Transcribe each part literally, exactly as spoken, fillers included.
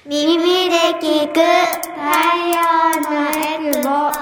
耳で聞く太陽のエクボ。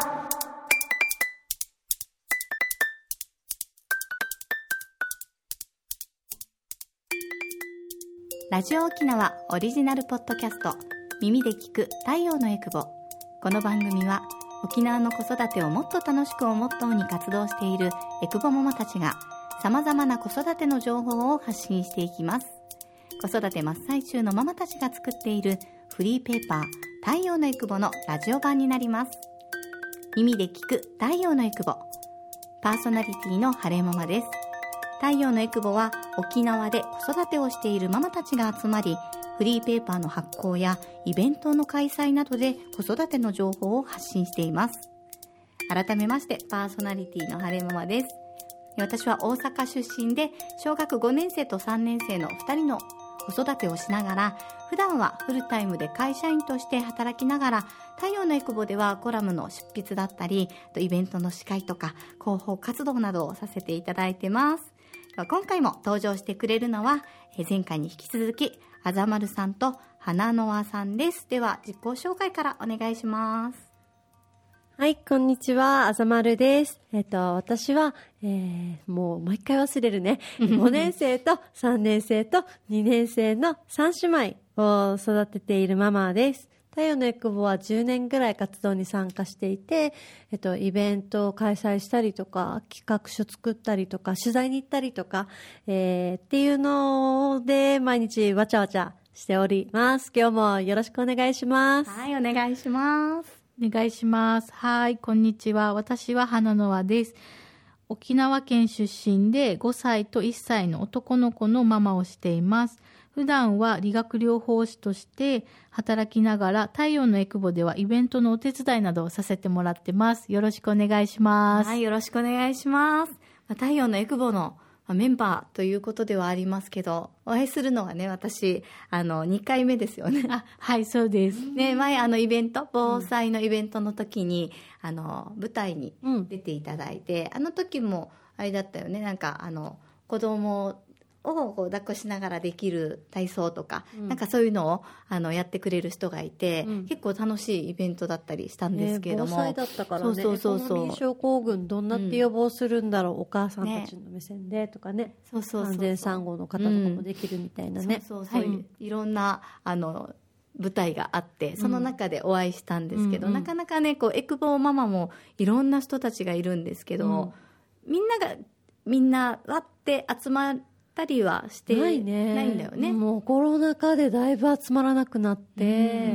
ラジオ沖縄オリジナルポッドキャスト、耳で聞く太陽のエクボ。この番組は沖縄の子育てをもっと楽しくをモットーに活動しているエクボママたちがさまざまな子育ての情報を発信していきます。子育て真っ最中のママたちが作っているフリーペーパー太陽のエクボのラジオ版になります。耳で聞く太陽のエクボ、パーソナリティの晴れママです。太陽のエクボは沖縄で子育てをしているママたちが集まり、フリーペーパーの発行やイベントの開催などで子育ての情報を発信しています。改めましてパーソナリティの晴れママです。私は大阪出身で小学ごねん生とさんねん生のふたりの子育てをしながら、普段はフルタイムで会社員として働きながら、太陽のエクボではコラムの執筆だったり、イベントの司会とか広報活動などをさせていただいてます。今回も登場してくれるのは前回に引き続きあざまるさんと花の輪さんです。では自己紹介からお願いします。 はい、こんにちは、あざまるです。えっと、私は、えー、もう毎回忘れるね。ごねん生とさんねん生とにねん生のさん姉妹を育てているママです。太陽のエクボはじゅうねんぐらい活動に参加していて、えっと、イベントを開催したりとか、企画書作ったりとか、取材に行ったりとか、えー、っていうので、毎日わちゃわちゃしております。今日もよろしくお願いします。 はい、お願いします。 お願いします。はい、こんにちは。私は花の輪です。沖縄県出身でごさいといっさいの男の子のママをしています。普段は理学療法士として働きながら、太陽のエクボではイベントのお手伝いなどをさせてもらってます。よろしくお願いします。 はい、よろしくお願いします。太陽のエクボのメンバーということではありますけど、お会いするのはね、私あのにかいめですよね。 あ、はい、そうですね。前あのイベント、防災のイベントの時に、うん、あの舞台に出ていただいて、うん、あの時もあれだったよね。なんかあの子供をこう抱っこしながらできる体操とか、うん、なんかそういうのをあのやってくれる人がいて、うん、結構楽しいイベントだったりしたんですけれども、 ね、防災だったからね。 そうそうそうそう。 エコノミー症候群どんなって予防するんだろう、うん、お母さんたちの目線でとかね、 そうそうそうそう、 安全産後の方とかもできるみたいなね、 うん、そうそうそう、はい、いろんなあの舞台があって、その中でお会いしたんですけど、うん、なかなかねこうエクボママもいろんな人たちがいるんですけど、うん、みんながみんなわって集まってたりはしてないんだよね。 もうコロナ禍でだいぶ集まらなくなって、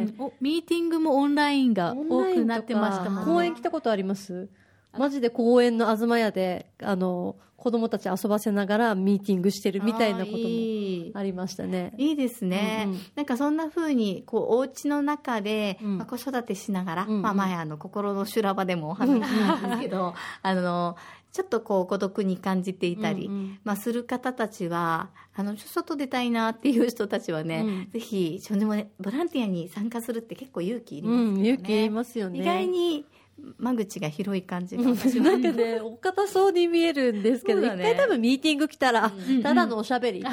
おミーティングもオンラインが多くなってましたもんね。 公園来たことあります？マジで公園の東屋であの子供たち遊ばせながらミーティングしてるみたいなこともありましたね。 いいですね、うんうん、なんかそんな風にこうお家の中で、うん、まあ、子育てしながら、うんうん、まあ、前あの心の修羅場でもお話ししたんですけどあのちょっとこう孤独に感じていたり、うんうん、まあ、する方たちはあの外出たいなっていう人たちはね、うん、ぜひでも、ね、ボランティアに参加するって結構勇気いりますよね、 うん、勇気いりますよね。 意外に間口が広い感じが私はなんかねお堅そうに見えるんですけど、ね、一回多分ミーティング来たら、うん、ただのおしゃべり、うん、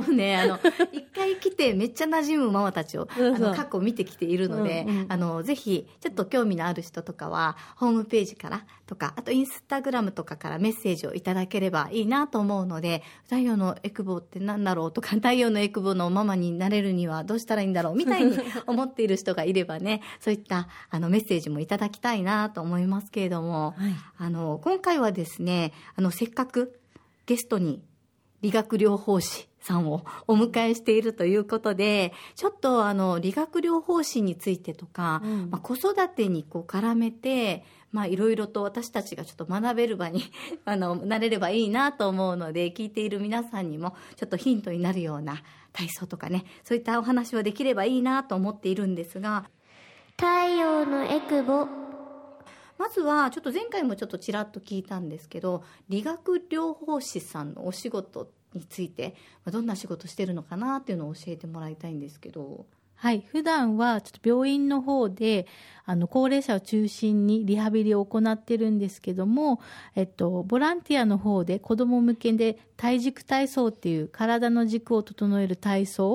そうね、あの一回来てめっちゃ馴染むママたちをあの過去見てきているので、うんうん、あのぜひちょっと興味のある人とかはホームページからとか、あとインスタグラムとかからメッセージをいただければいいなと思うので、太陽のエクボって何だろうとか、太陽のエクボのママになれるにはどうしたらいいんだろうみたいに思っている人がいればねそういったあのメッセージもいただきたいなと思いますけれども、はい、あの今回はですね、あのせっかくゲストに理学療法士さんをお迎えしているということで、ちょっとあの理学療法士についてとか、うん、まあ、子育てにこう絡めてまあいろいろと私たちがちょっと学べる場にあのなれればいいなと思うので、聞いている皆さんにもちょっとヒントになるような体操とかね、そういったお話はできればいいなと思っているんですが、 太陽のエクボ、 まずはちょっと前回もちょっとちらっと聞いたんですけど、理学療法士さんのお仕事についてどんな仕事してるのかなっていうのを教えてもらいたいんですけど。 はい、普段はちょっと病院の方であの高齢者を中心にリハビリを行ってるんですけども、えっと、ボランティアの方で子ども向けで体軸体操っていう体の軸を整える体操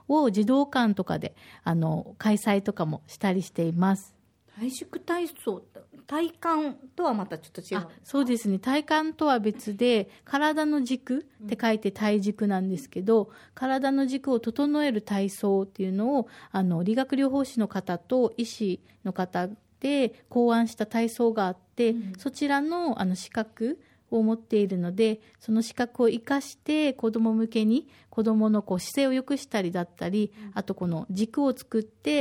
を児童館とかであの開催とかもしたりしています。 体軸体操、体幹とはまたちょっと違う。 あ、そうですね。体幹とは別で、体の軸って書いて体軸なんですけど、うん、体の軸を整える体操っていうのを、あの、理学療法士の方と医師の方で考案した体操があって、うん、そちらの、あの、資格を持っているので、その資格を生かして子ども向けに子どものこう姿勢を良くしたりだったり、うん、あとこの軸を作って、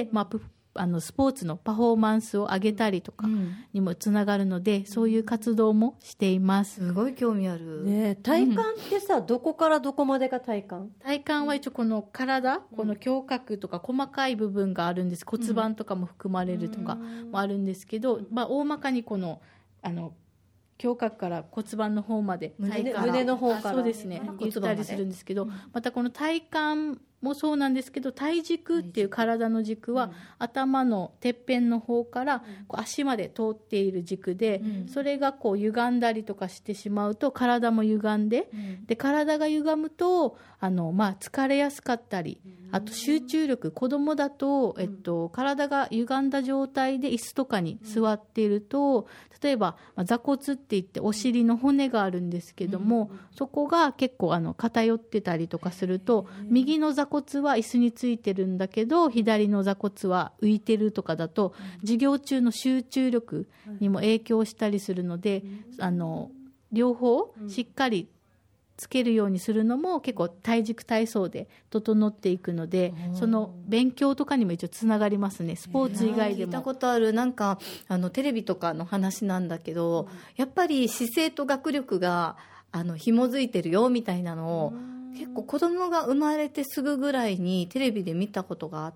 まあ、あのスポーツのパフォーマンスを上げたりとかにもつながるので、うん、そういう活動もしています。 すごい興味ある、 ね、体幹ってさ、うん、どこからどこまでが体幹？ 体幹は一応この体、この胸郭とか細かい部分があるんです。骨盤とかも含まれるとかもあるんですけど、うん、まあ、大まかにこのあの胸郭から骨盤の方まで、 胸, 胸の方からそうですね、言ったりするんですけど、またこの体幹もそうなんですけど、体軸っていう体の軸は、うん、頭のてっぺんの方からこう足まで通っている軸で、うん、それがこう歪んだりとかしてしまうと体も歪んで、うん、で体が歪むとあの、まあ、疲れやすかったり、うん、あと集中力、子供だと、えっと、体が歪んだ状態で椅子とかに座っていると、例えば、まあ、座骨って言ってお尻の骨があるんですけども、うん、そこが結構あの偏ってたりとかすると、右の座骨は椅子についてるんだけど左の座骨は浮いてるとかだと、うん、授業中の集中力にも影響したりするので、うん、あの両方しっかりつけるようにするのも結構体軸体操で整っていくので、その勉強とかにも一応つながりますね。スポーツ以外でも。 聞いたことある。なんかあのテレビとかの話なんだけど、うん、やっぱり姿勢と学力があの紐づいてるよみたいなのを、結構子供が生まれてすぐぐらいにテレビで見たことがあって、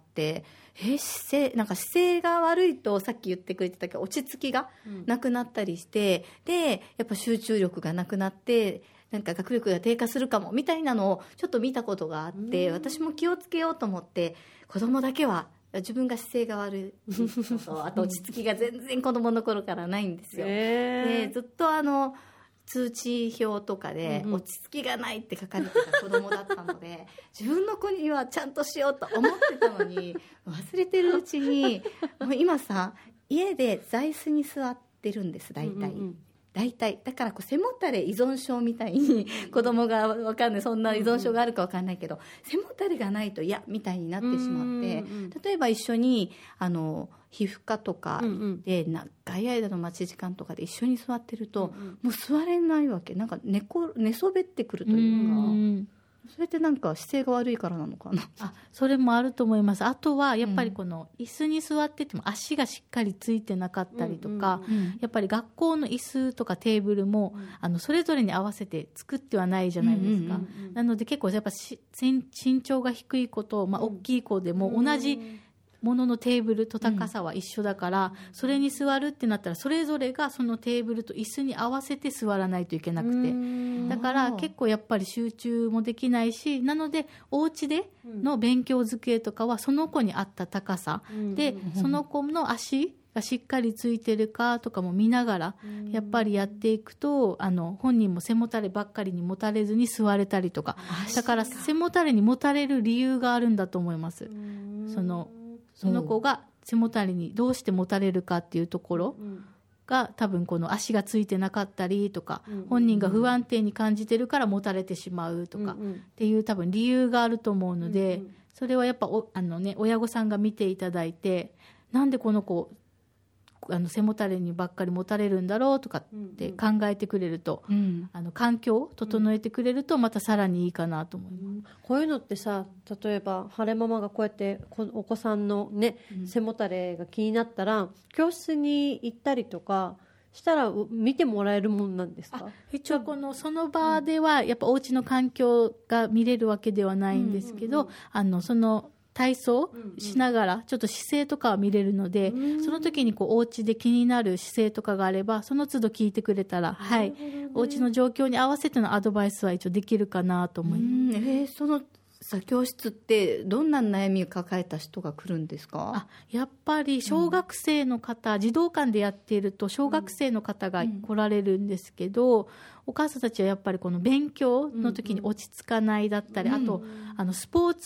え姿勢なんか姿勢が悪いとさっき言ってくれてたけど落ち着きがなくなったりして、うん、でやっぱ集中力がなくなってなんか学力が低下するかもみたいなのをちょっと見たことがあって、うん、私も気をつけようと思って子供だけは自分が姿勢が悪いあと落ち着きが全然子供の頃からないんですよ、えー、でずっとあの通知表とかで落ち着きがないって書かれてた子供だったので、うんうん、自分の子にはちゃんとしようと思ってたのに忘れてるうちにもう今さ家で座椅子に座ってるんです大体、うんうんうん大体だからこう背もたれ依存症みたいに子供が分かんないそんな依存症があるか分かんないけど、背もたれがないと嫌みたいになってしまって、例えば一緒にあの皮膚科とかで長い間の待ち時間とかで一緒に座ってると、もう座れないわけ。なんか 寝こ、寝そべってくるというか、それってなんか姿勢が悪いからなのかな。 あ、それもあると思います。あとはやっぱりこの椅子に座ってても足がしっかりついてなかったりとか、うんうんうん、やっぱり学校の椅子とかテーブルも、うん、あのそれぞれに合わせて作ってはないじゃないですか、うんうんうん、なので結構やっぱし身長が低い子と、まあ、大きい子でも同じもののテーブルと高さは一緒だから、うん、それに座るってなったらそれぞれがそのテーブルと椅子に合わせて座らないといけなくて、だから結構やっぱり集中もできないし、なのでお家での勉強机とかはその子に合った高さ、うん、でその子の足がしっかりついてるかとかも見ながらやっぱりやっていくと、あの本人も背もたればっかりにもたれずに座れたりとか、だから背もたれにもたれる理由があるんだと思います。そのその子が背もたれにどうしてもたれるかっていうところが多分この足がついてなかったりとか、本人が不安定に感じてるからもたれてしまうとかっていう多分理由があると思うので、それはやっぱおあの、ね、親御さんが見ていただいて、なんでこの子あの背もたれにばっかりもたれるんだろうとかって考えてくれると、うん、あの環境を整えてくれるとまたさらにいいかなと思います、うん、 こういうのってさ、例えば晴れママがこうやってお子さんの、ねうん、背もたれが気になったら教室に行ったりとかしたら見てもらえるもんなんですか？ 一応このその場ではやっぱお家の環境が見れるわけではないんですけど、うんうんうん、あのその体操しながらちょっと姿勢とかは見れるので、うん、その時にこうお家で気になる姿勢とかがあればその都度聞いてくれたら、はい、お家の状況に合わせてのアドバイスは一応できるかなと思います。 うん、えー、そのさ教室ってどんな悩みを抱えた人が来るんですか？ あ、やっぱり小学生の方、うん、児童館でやっていると小学生の方が来られるんですけど、うん、お母さんたちはやっぱりこの勉強の時に落ち着かないだったり、うん、あとあのスポーツ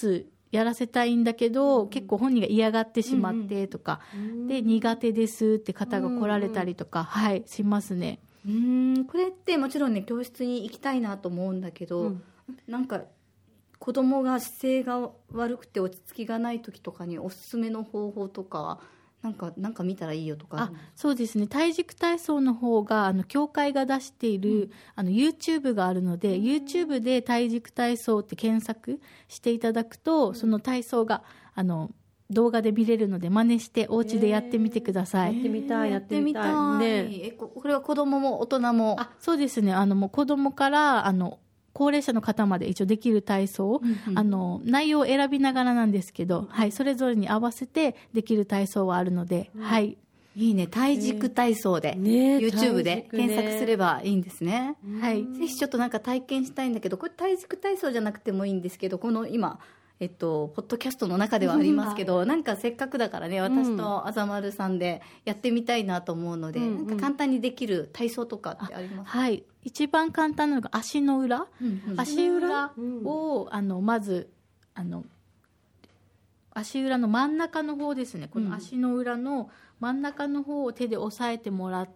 やらせたいんだけど、うん、結構本人が嫌がってしまってとか、うん、で苦手ですって方が来られたりとか、うん、はいしますね。 うーんこれってもちろんね教室に行きたいなと思うんだけど、うん、なんか子供が姿勢が悪くて落ち着きがない時とかにおすすめの方法とかなんかなんか見たらいいよとか。あ、 そうですね。体軸体操の方があの協会が出している、うん、あの YouTube があるので、うん、YouTube で体軸体操って検索していただくと、うん、その体操があの動画で見れるので真似してお家でやってみてください。 やってみたいやってみたいね。 えこれは子供も大人も。 あ、そうですね。あのもう子供からあの高齢者の方まで一応できる体操、うんうん、あの内容を選びながらなんですけど、うん、はい、それぞれに合わせてできる体操はあるので、うん、はい、 いいね。体軸体操で、ね、YouTube で検索すればいいんですね、 ね、はい。 ぜひちょっとなんか体験したいんだけど、これ体軸体操じゃなくてもいいんですけど、この今えっと、ポッドキャストの中ではありますけど、うん、なんかせっかくだからね、私とあざまるさんでやってみたいなと思うので、うん、なんか簡単にできる体操とかってありますか？ はい、一番簡単なのが足の裏、うんうん、足裏を、うん、あのまずあの足裏の真ん中の方ですね、この足の裏の真ん中の方を手で押さえてもらって、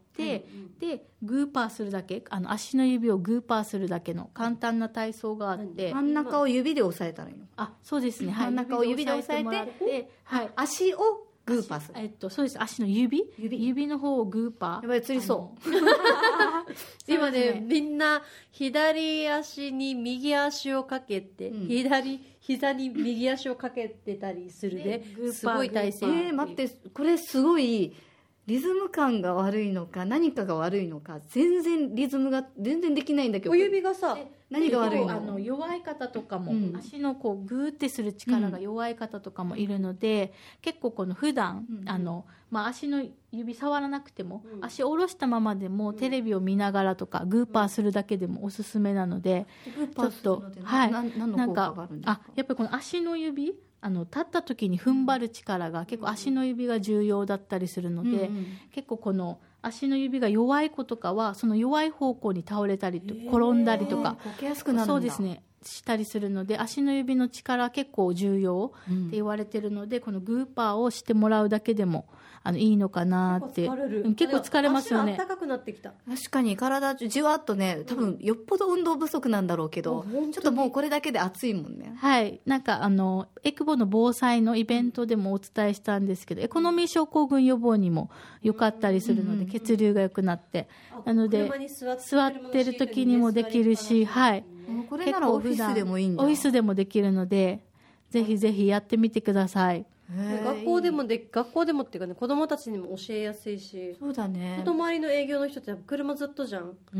うんうん、でグーパーするだけ、あの足の指をグーパーするだけの簡単な体操があって、 真ん中を指で押さえたらいいの？ あ、そうですね、 はい、真ん中を指で押さえて、はい、足をグーパーする。 えっと、そうです。足の指指指の方をグーパー。 やばい、つりそう今ね、みんな左足に右足をかけて、うん、左膝に右足をかけてたりするね。すごい体勢。 えー、待って、これすごいリズム感が悪いのか何かが悪いのか、全然リズムが全然できないんだけど、 小指がさ何が悪いの？ あの弱い方とかも、うん、足のこうグーってする力が弱い方とかもいるので、うん、結構この普段、うん、あのまあ、足の指触らなくても、うん、足下ろしたままでも、うん、テレビを見ながらとかグーパーするだけでもおすすめなので、 うん、ちょっとはい、何の効果があるんですか？ あ、やっぱりこの足の指、あの立った時に踏ん張る力が結構足の指が重要だったりするので、うんうん、結構この足の指が弱い子とかはその弱い方向に倒れたりと転んだりとか、 こけやすくなるんだ。 そうですね、したりするので、足の指の力結構重要って言われてるので、うん、このグーパーをしてもらうだけでもあのいいのかなって。結構疲れる。結構疲れますよね。 足が暖かくなってきた。 確かに体じわっとね、多分よっぽど運動不足なんだろうけど、うん、ちょっともうこれだけで暑いもんね。 はい、なんかあのエクボの防災のイベントでもお伝えしたんですけど、エコノミー症候群予防にも良かったりするので、血流が良くなって、なので座ってる時にもできるし、はい、 これならオフィスでもいいんだ。 オフィスでもできるので、ぜひぜひやってみてください。 学校でもで学校でもっていうかね、子供たちにも教えやすいし。 そうだね。 外回りの営業の人って車ずっとじゃん、 うん、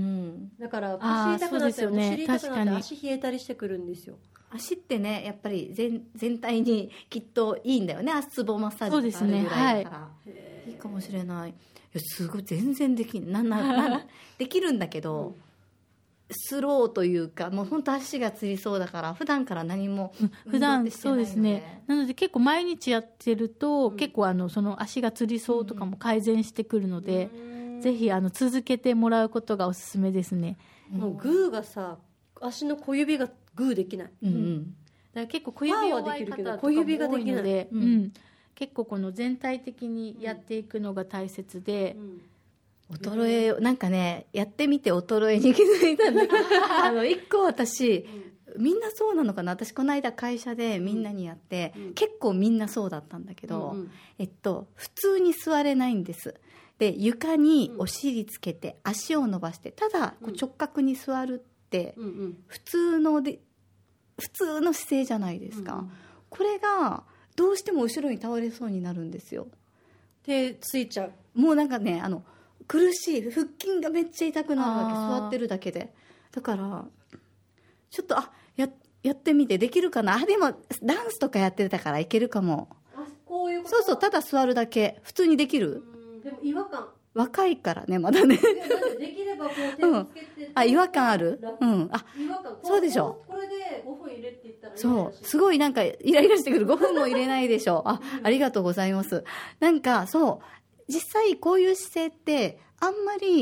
だから走りたくなって走りたくなって足冷えたりしてくるんですよ。 足ってね、やっぱり 全, 全体にきっといいんだよね。足つぼマッサージとかあるぐらいだから、ね、はい、いいかもしれない。いや、すごい全然できんなななできるんだけど、うん、スローというか、もう本当足がつりそうだから、普段から何も普段そうですね。なので結構毎日やってると、うん、結構あのその足がつりそうとかも改善してくるので、うん、ぜひあの続けてもらうことがおすすめですね。 もうグーがさ、足の小指がグーできない、 うんうん、 だから結構小指はできるけど小指ができないので、うんうん、結構この全体的にやっていくのが大切で、 うん、衰え、なんかね、やってみて衰えに気づいたんだけどあの一個私、うん、みんなそうなのかな。私この間会社でみんなにやって、うん、結構みんなそうだったんだけど、うんうん、えっと普通に座れないんです。で、床にお尻つけて足を伸ばして、ただこう直角に座るって普通ので普通の姿勢じゃないですか、うん、これがどうしても後ろに倒れそうになるんですよ。 手ついちゃう。 もうなんかね、あの苦しい、腹筋がめっちゃ痛くなるわけ、座ってるだけで。だからちょっとあ や, やってみてできるかな。あ、でもダンスとかやってたからいけるかも。 あ、こういうこと。 そうそう、ただ座るだけ、普通にできる。 うん、でも違和感、 若いからね、まだね。 できればこう手をつけて、うん、 あ、違和感ある。うん、あ、 違和感。 そうでしょ。 これでごふん入れって言ったらいい。 そう、すごいなんかイライラしてくる。ごふんも入れないでしょ。あ、ありがとうございます。なんかそう、実際こういう姿勢ってあんまり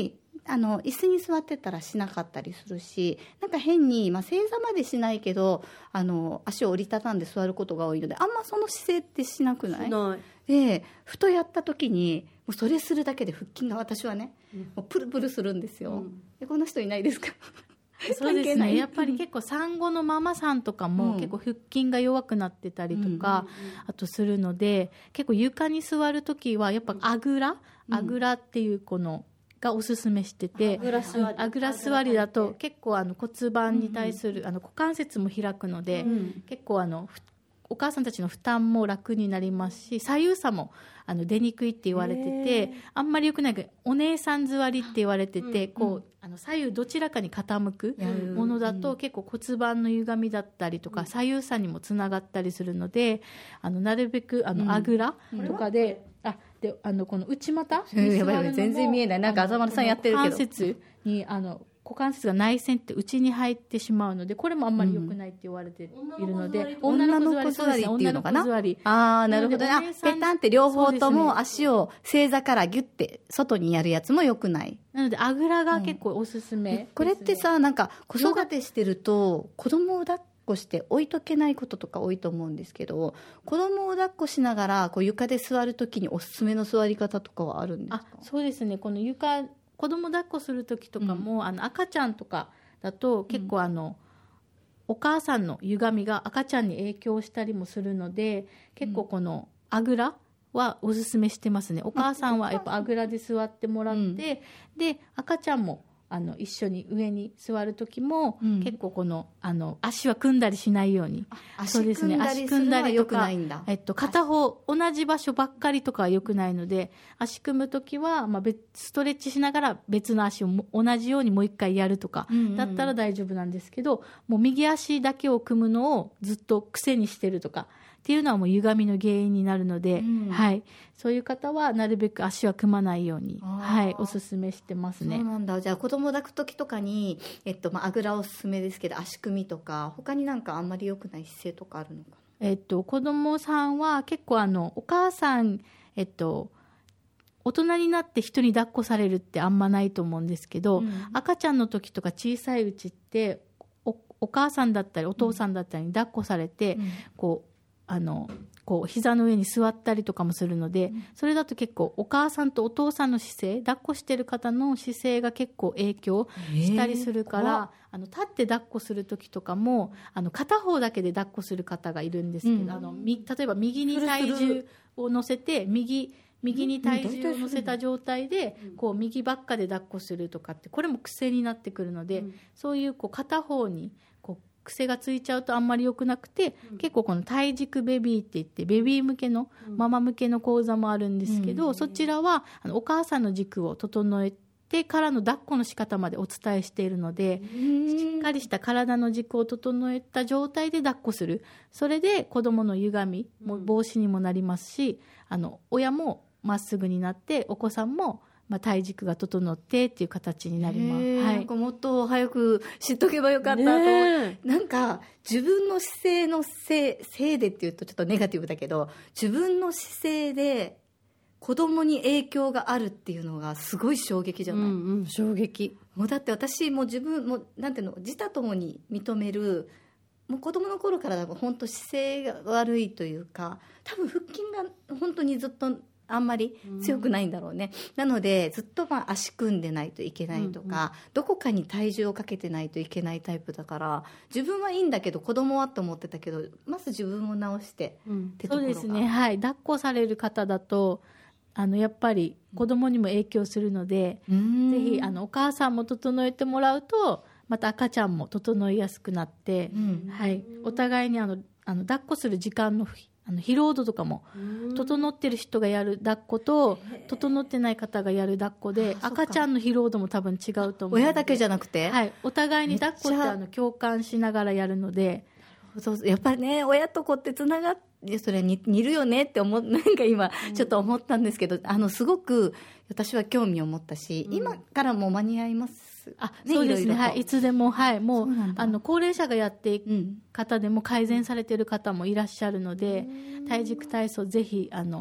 あの椅子に座ってたらしなかったりするし、なんか変に、まあ、正座までしないけどあの足を折りたたんで座ることが多いので、あんまその姿勢ってしなくない？ しない。 でふとやった時にもうそれするだけで腹筋が私はね、うん、もうプルプルするんですよ、うん、でこんな人いないですか？ そうですね、やっぱり結構産後のママさんとかも結構腹筋が弱くなってたりとか、うん、あとするので、結構床に座るときはやっぱあぐら、うん、あぐらっていうこのがおすすめしてて、あぐら座り、あぐら座りだと結構あの骨盤に対する、うん、あの股関節も開くので、うん、結構あのお母さんたちの負担も楽になりますし、左右差もあの出にくいって言われてて、あんまりよくないけどお姉さん座りって言われてて、うん、こうあの左右どちらかに傾くものだと、うん、結構骨盤の歪みだったりとか、うん、左右差にもつながったりするので、あのなるべくあのあぐらとかで、うん、あであのこの内股に座るのも、やばい全然見えない、なんかあざまるさんやってるけど、股関節にあの股関節が内旋って内に入ってしまうので、これもあんまり良くないって言われているので、 うん、女の子座りっていうのかな。ああ、なるほどね。あ、ペタンって両方とも足を正座からギュッて外にやるやつも良くない。 なのであぐらが結構おすすめ、うん、 これってさ、なんか子育てしてると子供を抱っこして置いとけないこととか多いと思うんですけど、子供を抱っこしながらこう床で座るときにおすすめの座り方とかはあるんですか？ あ、そうですね、この床子供抱っこする時とかも、うん、あの赤ちゃんとかだと結構あの、うん、お母さんの歪みが赤ちゃんに影響したりもするので、結構このあぐらはおすすめしてますね。お母さんはやっぱあぐらで座ってもらって、うん、で赤ちゃんもあの一緒に上に座る時も、うん、結構このあの足は組んだりしないように、 足組んだりするのは良くないんだ。 えっと、片方同じ場所ばっかりとかは良くないので、足組む時は、まあ、別ストレッチしながら別の足を同じようにもう一回やるとかだったら大丈夫なんですけど、うんうん、もう右足だけを組むのをずっと癖にしてるとかっていうのはもう歪みの原因になるので、うん、はい、そういう方はなるべく足は組まないように、はい、おすすめしてますね。 そうなんだ。じゃあ子供抱く時とかに、えっとまあ、あぐらおすすめですけど、足組みとか他になんかあんまり良くない姿勢とかあるのかな？ えっと、子供さんは結構あのお母さん、えっと、大人になって人に抱っこされるってあんまないと思うんですけど、うん、赤ちゃんの時とか小さいうちってお、お母さんだったりお父さんだったりに抱っこされて、うん、こうあのこう膝の上に座ったりとかもするので、それだと結構お母さんとお父さんの姿勢、抱っこしてる方の姿勢が結構影響したりするから、あの立って抱っこする時とかもあの片方だけで抱っこする方がいるんですけど、うん、あのみ例えば右に体重を乗せて右右に体重を乗せた状態でこう右ばっかで抱っこするとかって、これも癖になってくるので、うん、そういうこう片方にこう癖がついちゃうとあんまり良くなくて、うん、結構この体軸ベビーって言ってベビー向けの、うん、ママ向けの講座もあるんですけど、うん、そちらはあのお母さんの軸を整えてからの抱っこの仕方までお伝えしているので、しっかりした体の軸を整えた状態で抱っこする。それで子どもの歪みも防止にもなりますし、あの親もまっすぐになってお子さんもまあ、体軸が整ってっていう形になります、はい、 なんかもっと早く知っとけばよかったと、ね、なんか自分の姿勢のせい、せいでっていうとちょっとネガティブだけど、自分の姿勢で子供に影響があるっていうのがすごい衝撃じゃない？うんうん、衝撃。 もうだって私も自分もなんていうの、自他ともに認める、もう子供の頃から本当姿勢が悪いというか、多分腹筋が本当にずっとあんまり強くないんだろうね、うん、なのでずっとまあ足組んでないといけないとか、うんうん、どこかに体重をかけてないといけないタイプだから、自分はいいんだけど子供はと思ってたけど、まず自分を直して、うん、ってところが。 そうですね、はい、抱っこされる方だとあのやっぱり子供にも影響するので、うん、ぜひあのお母さんも整えてもらうとまた赤ちゃんも整いやすくなって、うん、はい、お互いにあのあの抱っこする時間のあの疲労度とかも、整ってる人がやる抱っこと整ってない方がやる抱っこで赤ちゃんの疲労度も多分違うと思うので、 親だけじゃなくて、 はい、お互いに抱っこってあの共感しながらやるので、 そうやっぱりね、親と子ってつながってそれに似るよねって思なんか今ちょっと思ったんですけど、うん、あのすごく私は興味を持ったし、うん、今からも間に合います。 あ、ね、そうですね、はい、いつでも、はい、もうあの高齢者がやっていく方でも改善されている方もいらっしゃるので、体軸体操ぜひあの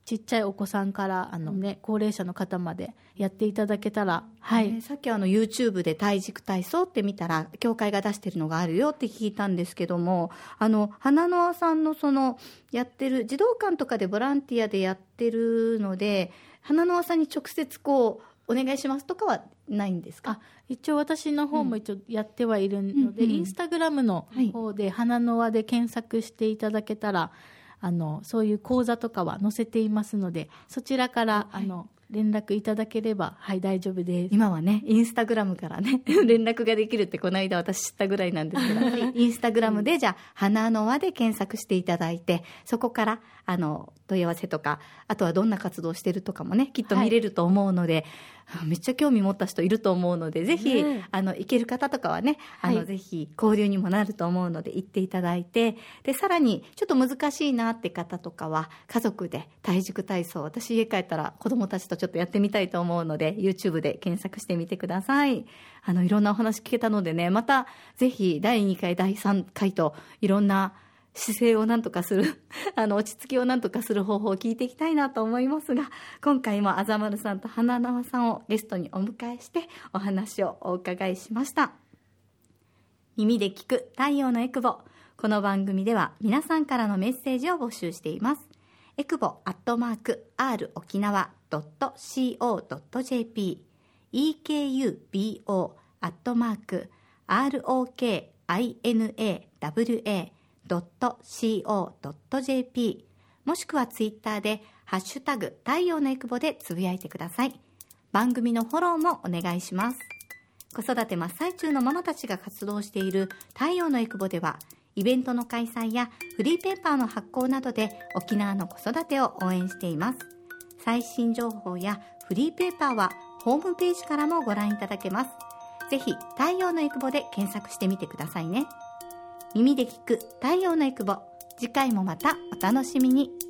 ちっちゃいお子さんからあの、ね、高齢者の方までやっていただけたら、はい、 ね、さっきあの YouTube で体軸体操って見たら協会が出してるのがあるよって聞いたんですけども、あの花の輪さんのそのやってる児童館とかでボランティアでやってるので、花の輪さんに直接こうお願いしますとかはないんですか？ あ、一応私の方も一応やってはいるので、うんうんうん、インスタグラムの方で花の輪で検索していただけたら、あのそういう講座とかは載せていますので、そちらから、はい、あの連絡いただければ、はい、大丈夫です。 今はね、インスタグラムからね連絡ができるってこの間私知ったぐらいなんですけどインスタグラムでじゃあ花の輪で検索していただいて、そこからあの問い合わせとか、あとはどんな活動してるとかもね、きっと見れると思うので、はい、めっちゃ興味持った人いると思うので、ぜひ、ね、あの行ける方とかはね、あの、はい、ぜひ交流にもなると思うので行っていただいて、でさらにちょっと難しいなって方とかは家族で体軸体操、私家帰ったら子供たちとちょっとやってみたいと思うので YouTube で検索してみてください。あのいろんなお話聞けたのでね、またぜひだいにかいだいさんかいといろんな姿勢をなんとかするあの落ち着きをなんとかする方法を聞いていきたいなと思いますが、今回もあざまるさんと花縄さんをゲストにお迎えしてお話をお伺いしました。耳で聞く太陽のエクボ、この番組では皆さんからのメッセージを募集しています。エクボアットマーク r 沖縄 ドット シーオー ドット ジェーピー エーケーユービーオー アットマーク アールオーケーアイエヌエーダブリューエー ドット シーオー ドット ジェーピー もしくはツイッターでハッシュタグ太陽のエクボでつぶやいてください。番組のフォローもお願いします。子育て真っ最中のママたちが活動している太陽のエクボでは、イベントの開催やフリーペーパーの発行などで沖縄の子育てを応援しています。最新情報やフリーペーパーはホームページからもご覧いただけます。ぜひ太陽のエクボで検索してみてくださいね。耳で聞く太陽のエクボ、次回もまたお楽しみに。